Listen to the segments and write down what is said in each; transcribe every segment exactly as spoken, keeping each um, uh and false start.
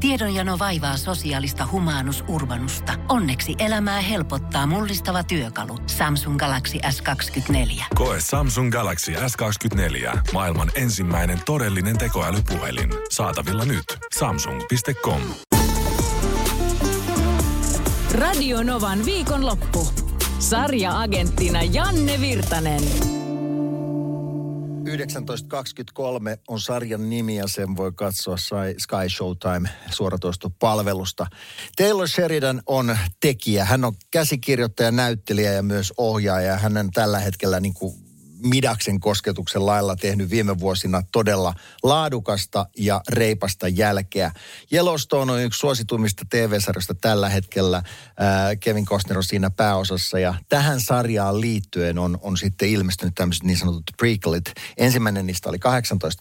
Tiedonjano vaivaa sosiaalista humanus urbanusta. Onneksi elämää helpottaa mullistava työkalu. Samsung Galaxy S kaksikymmentäneljä. Koe Samsung Galaxy S kaksikymmentäneljä. Maailman ensimmäinen todellinen tekoälypuhelin. Saatavilla nyt. samsung piste com. Radio Novan viikonloppu. Sarja-agenttina Janne Virtanen. yhdeksäntoista kaksikymmentäkolme on sarjan nimi ja sen voi katsoa Sky Showtime suoratoistopalvelusta. Taylor Sheridan on tekijä. Hän on käsikirjoittaja, näyttelijä ja myös ohjaaja. Hän on tällä hetkellä niin kuin Midaksen kosketuksen lailla tehnyt viime vuosina todella laadukasta ja reipasta jälkeä. Yellowstone on yksi suosituimmista T V-sarjoista tällä hetkellä. Ää, Kevin Costner on siinä pääosassa ja tähän sarjaan liittyen on, on sitten ilmestynyt tämmöiset niin sanotut prequelit. Ensimmäinen niistä oli tuhatyhdeksänsataakahdeksankymmentäkolme,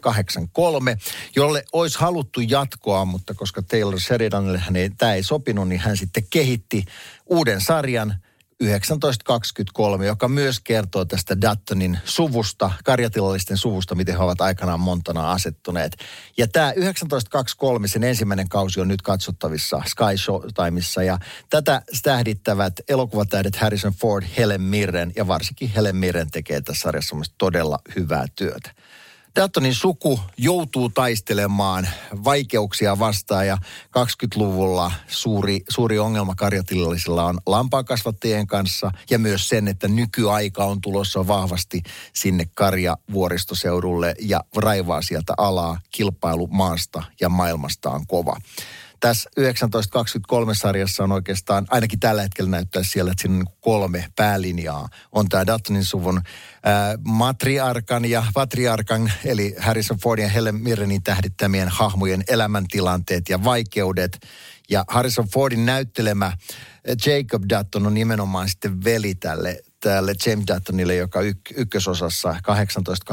jolle olisi haluttu jatkoa, mutta koska Taylor Sheridanille hän ei, tämä ei sopinut, niin hän sitten kehitti uuden sarjan yhdeksäntoista kaksikymmentäkolme, joka myös kertoo tästä Duttonin suvusta, karjatilallisten suvusta, miten he ovat aikanaan Montana asettuneet. Ja tämä yhdeksäntoista kaksikymmentäkolme, sen ensimmäinen kausi on nyt katsottavissa Sky Showtimeissa, ja tätä tähdittävät elokuvatähdet Harrison Ford, Helen Mirren, ja varsinkin Helen Mirren tekee tässä sarjassa todella hyvää työtä. Duttonin suku joutuu taistelemaan vaikeuksia vastaan ja kaksikymmentäluvulla suuri, suuri ongelma karjatilallisilla on lampaankasvattajien kanssa ja myös sen, että nykyaika on tulossa vahvasti sinne karjavuoristoseudulle ja raivaa sieltä alaa. Kilpailu maasta ja maailmasta on kova. Tässä yhdeksäntoista kaksikymmentäkolme-sarjassa on oikeastaan, ainakin tällä hetkellä näyttää siellä, että siinä on kolme päälinjaa. On tämä Duttonin suvun ää, matriarkan ja patriarkan, eli Harrison Fordin ja Helen Mirrenin tähdittämien hahmojen elämäntilanteet ja vaikeudet. Ja Harrison Fordin näyttelemä Jacob Dutton on nimenomaan sitten veli tälle, tälle James Duttonille, joka yk, ykkösosassa tuhatyhdeksänsataakahdeksankymmentäkolme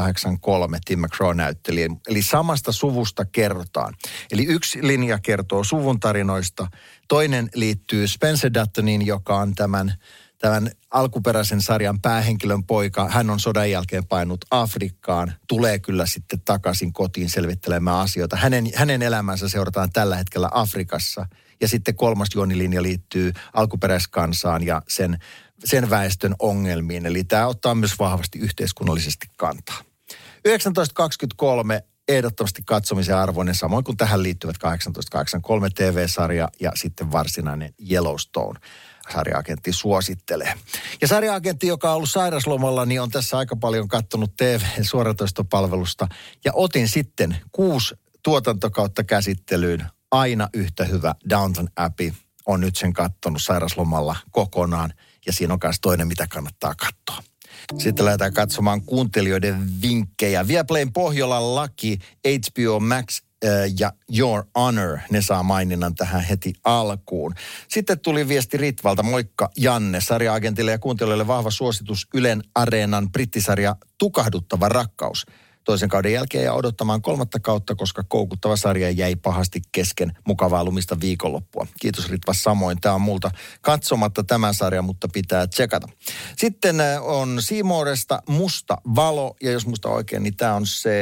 Tim McGraw näytteli. Eli samasta suvusta kerrotaan. Eli yksi linja kertoo suvun tarinoista, toinen liittyy Spencer Duttoniin, joka on tämän, tämän alkuperäisen sarjan päähenkilön poika. Hän on sodan jälkeen painut Afrikkaan, tulee kyllä sitten takaisin kotiin selvittelemään asioita. Hänen, hänen elämänsä seurataan tällä hetkellä Afrikassa. Ja sitten kolmas juonilinja liittyy alkuperäiskansaan ja sen, sen väestön ongelmiin. Eli tämä ottaa myös vahvasti yhteiskunnallisesti kantaa. yhdeksäntoista kaksikymmentäkolme ehdottomasti katsomisen arvoinen, samoin kuin tähän liittyvät tuhatyhdeksänsataakahdeksankymmentäkolme T V-sarja ja sitten varsinainen Yellowstone. Sarja-agentti suosittelee. Ja sarja-agentti, joka on ollut sairaslomalla, niin on tässä aika paljon katsonut T V-suoratoistopalvelusta. Ja otin sitten kuusi tuotantokautta käsittelyyn. Aina yhtä hyvä Downton Abbey on nyt sen kattonut sairaslomalla kokonaan. Ja siinä on myös toinen, mitä kannattaa katsoa. Sitten lähdetään katsomaan kuuntelijoiden vinkkejä. Viaplayn Pohjolan laki, H B O Max ja Your Honor, ne saa maininnan tähän heti alkuun. Sitten tuli viesti Ritvalta, moikka Janne, sarja-agentille ja kuuntelijoille vahva suositus Ylen Areenan brittisarja Tukahduttava rakkaus. Toisen kauden jälkeen ja odottamaan kolmatta kautta, koska koukuttava sarja jäi pahasti kesken mukavaa lumista viikonloppua. Kiitos Ritva samoin. Tämä on multa katsomatta tämä sarja, mutta pitää tsekata. Sitten on C Moresta Musta valo, ja jos musta oikein, niin tämä on se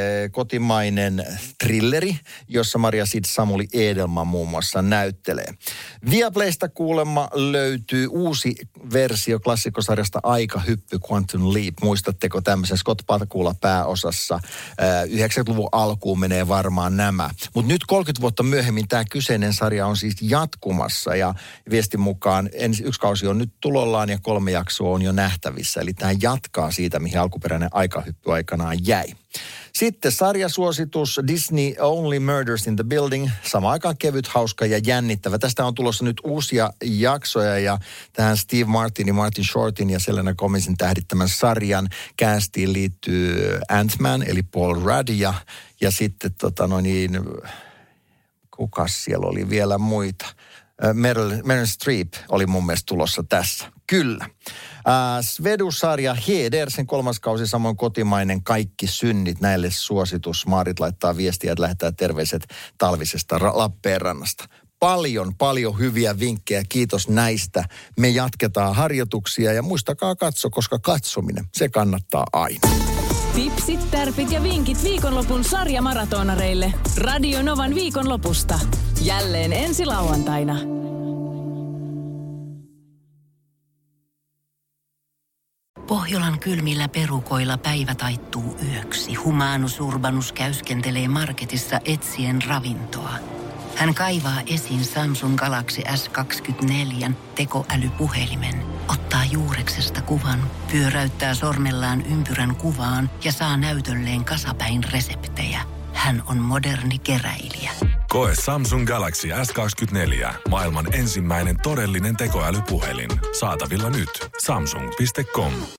kotimainen thrilleri, jossa Maria Sid Samuli Edelman muun muassa näyttelee. Viaplaysta kuulemma löytyy uusi versio klassikkosarjasta Aikahyppy Quantum Leap. Muistatteko tämmöisen Scott Bakula pääosassa? yhdeksänkymmentäluvun alkuun menee varmaan nämä. Mutta nyt kolmekymmentä vuotta myöhemmin tämä kyseinen sarja on siis jatkumassa ja viestin mukaan ensi, yksi kausi on nyt tulollaan ja kolme jaksoa on jo nähtävissä. Eli tämä jatkaa siitä, mihin alkuperäinen Aikahyppy aikanaan jäi. Sitten sarjasuositus Disney Only Murders in the Building. Samaan aikaan kevyt, hauska ja jännittävä. Tästä on tulossa nyt uusia jaksoja ja tähän Steve Martinin, Martin Shortin ja Selena Gomezin tähdittämän sarjan castiin liittyy Ant-Man eli Paul Rudd ja, ja sitten tota no niin, kukas siellä oli vielä muita? Meryl, Meryl Streep oli mun mielestä tulossa tässä. Kyllä. Äh, Svedu-sarja Heder, sen kolmas kausi, samoin kotimainen Kaikki synnit. Näille suositus. Maarit laittaa viestiä, että lähettää terveiset talvisesta ra- Lappeenrannasta. Paljon, paljon hyviä vinkkejä. Kiitos näistä. Me jatketaan harjoituksia ja muistakaa katso, koska katsominen, se kannattaa aina. Tipsit, tärpit ja vinkit viikonlopun sarjamaratonareille. Radio Novan viikonlopusta. Jälleen ensi lauantaina. Pohjolan kylmillä perukoilla päivä taittuu yöksi. Humanus Urbanus käyskentelee marketissa etsien ravintoa. Hän kaivaa esiin Samsung Galaxy S kaksikymmentäneljä tekoälypuhelimen, ottaa juureksesta kuvan, pyöräyttää sormellaan ympyrän kuvaan ja saa näytölleen kasapäin reseptejä. Hän on moderni keräilijä. Koe Samsung Galaxy S kaksikymmentäneljä. Maailman ensimmäinen todellinen tekoälypuhelin. Saatavilla nyt. Samsung piste com.